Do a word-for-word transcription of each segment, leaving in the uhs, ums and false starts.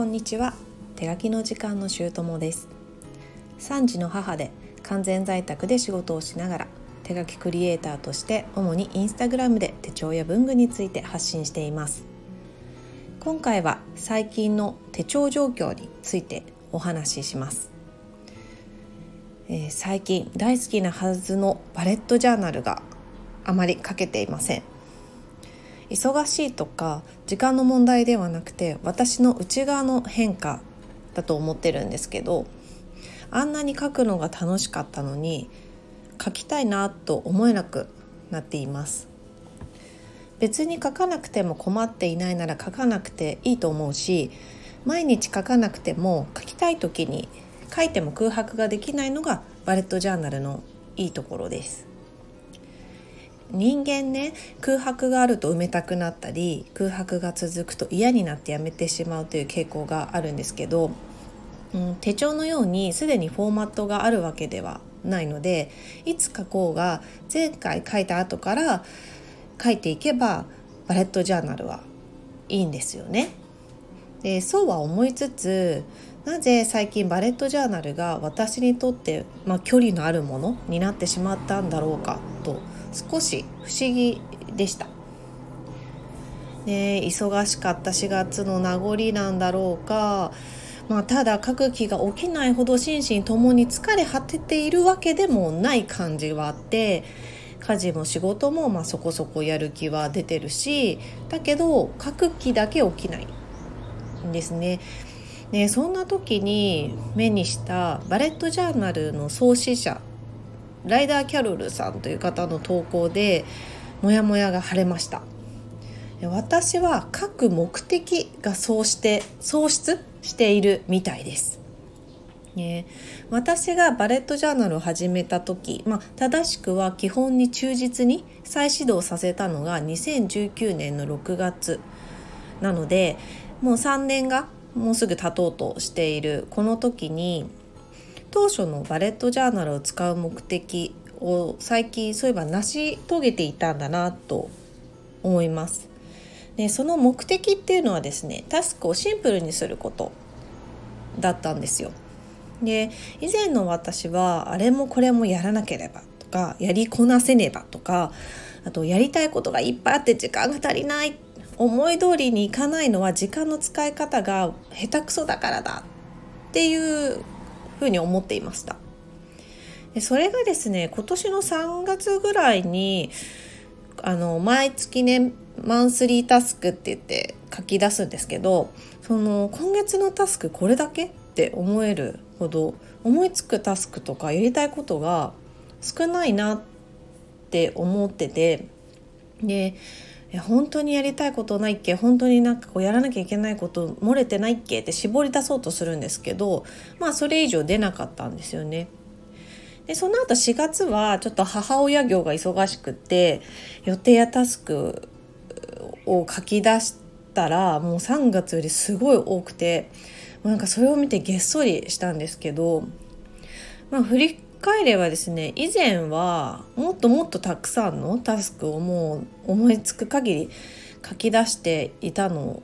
んにちは。手書きの時間のしゅうともです。さんじの母で完全在宅で仕事をしながら手書きクリエイターとして主にインスタグラムで手帳や文具について発信しています。今回は最近の手帳状況についてお話しします。えー、最近大好きなはずのバレットジャーナルがあまり書けていません。忙しいとか時間の問題ではなくて、私の内側の変化だと思ってるんですけど、あんなに書くのが楽しかったのに書きたいなと思えなくなっています。別に書かなくても困っていないなら書かなくていいと思うし、毎日書かなくても書きたい時に書いても空白ができないのがバレットジャーナルのいいところです。人間ね、空白があると埋めたくなったり、空白が続くと嫌になってやめてしまうという傾向があるんですけど、うん、手帳のようにすでにフォーマットがあるわけではないので、いつ書こうが前回書いた後から書いていけばバレットジャーナルはいいんですよね。で、そうは思いつつ、なぜ最近バレットジャーナルが私にとって、まあ、距離のあるものになってしまったんだろうかと少し不思議でした。で、忙しかったしがつの名残なんだろうか、まあ、ただ書く気が起きないほど心身ともに疲れ果てているわけでもない感じはあって、家事も仕事もまあそこそこやる気は出てるし、だけど書く気だけ起きないんですね。で、そんな時に目にしたバレットジャーナルの創始者ライダー・キャロルさんという方の投稿でモヤモヤが晴れました。私は書く目的がそうして喪失しているみたいです、ね、私がバレットジャーナルを始めた時、まあ、正しくは基本に忠実に再始動させたのがにせんじゅうきゅうねんのろくがつなので、もうさんねんがもうすぐ経とうとしているこの時に、当初のバレットジャーナルを使う目的を最近そういえば成し遂げていたんだなと思います。で、その目的っていうのはですね、タスクをシンプルにすることだったんですよ。で、以前の私はあれもこれもやらなければとか、やりこなせねばとか、あとやりたいことがいっぱいあって時間が足りない、思い通りにいかないのは時間の使い方が下手くそだからだっていうふうに思っていました。で、それがですね、今年のさんがつぐらいにあの毎月ね、マンスリータスクって言って書き出すんですけど、その今月のタスクこれだけって思えるほど思いつくタスクとかやりたいことが少ないなって思ってて、で、本当にやりたいことないっけ、本当になんかこうやらなきゃいけないこと漏れてないっけって絞り出そうとするんですけど、まあそれ以上出なかったんですよね。で、その後しがつはちょっと母親業が忙しくて予定やタスクを書き出したら、もうさんがつよりすごい多くて、なんかそれを見てげっそりしたんですけど、まあ振り返ればですね、以前はもっともっとたくさんのタスクをもう思いつく限り書き出していたの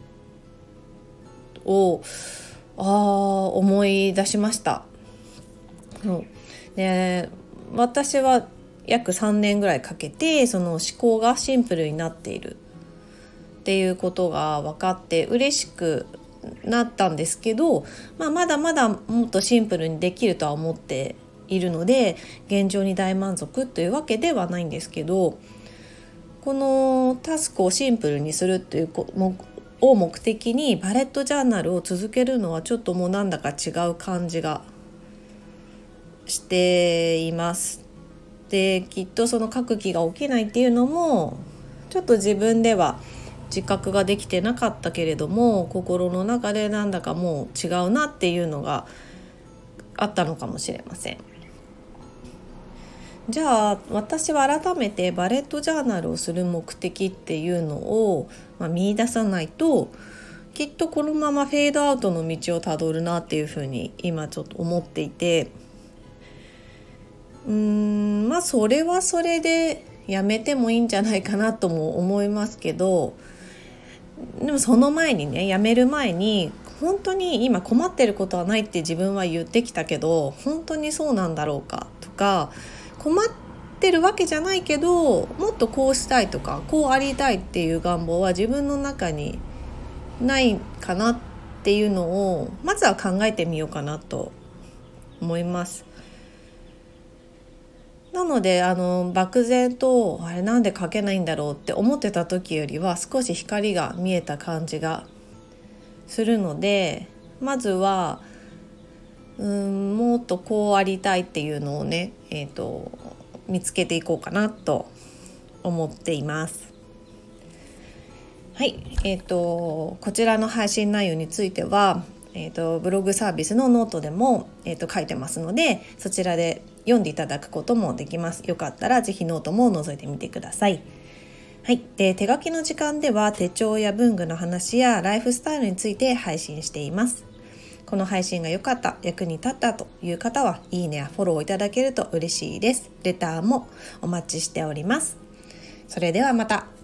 をあ思い出しました。で、私は約さんねんぐらいかけてその思考がシンプルになっているっていうことが分かって嬉しくなったんですけど、まあ、まだまだもっとシンプルにできるとは思っているので、現状に大満足というわけではないんですけど、このタスクをシンプルにするというを目的にバレットジャーナルを続けるのはちょっともうなんだか違う感じがしています。で、きっとその書く気が起きないっていうのもちょっと自分では自覚ができてなかったけれども、心の中でなんだかもう違うなっていうのがあったのかもしれません。じゃあ私は改めてバレットジャーナルをする目的っていうのを、まあ、見出さないと、きっとこのままフェードアウトの道をたどるなっていうふうに今ちょっと思っていて、うーんまあそれはそれでやめてもいいんじゃないかなとも思いますけど、でもその前にね、やめる前に本当に今困ってることはないって自分は言ってきたけど、本当にそうなんだろうかとか、困ってるわけじゃないけどもっとこうしたいとかこうありたいっていう願望は自分の中にないかなっていうのをまずは考えてみようかなと思います。なのであの漠然とあれなんで書けないんだろうって思ってた時よりは少し光が見えた感じがするので、まずはうーんもっとこうありたいっていうのをね、えーと、見つけていこうかなと思っています。はい、えーと、こちらの配信内容については、えーと、ブログサービスのノートでも、えーと、書いてますので、そちらで読んでいただくこともできます。よかったらぜひノートも覗いてみてください。はい、で手書きの時間では手帳や文具の話やライフスタイルについて配信しています。この配信が良かった、役に立ったという方はいいねやフォローをいただけると嬉しいです。レターもお待ちしております。それではまた。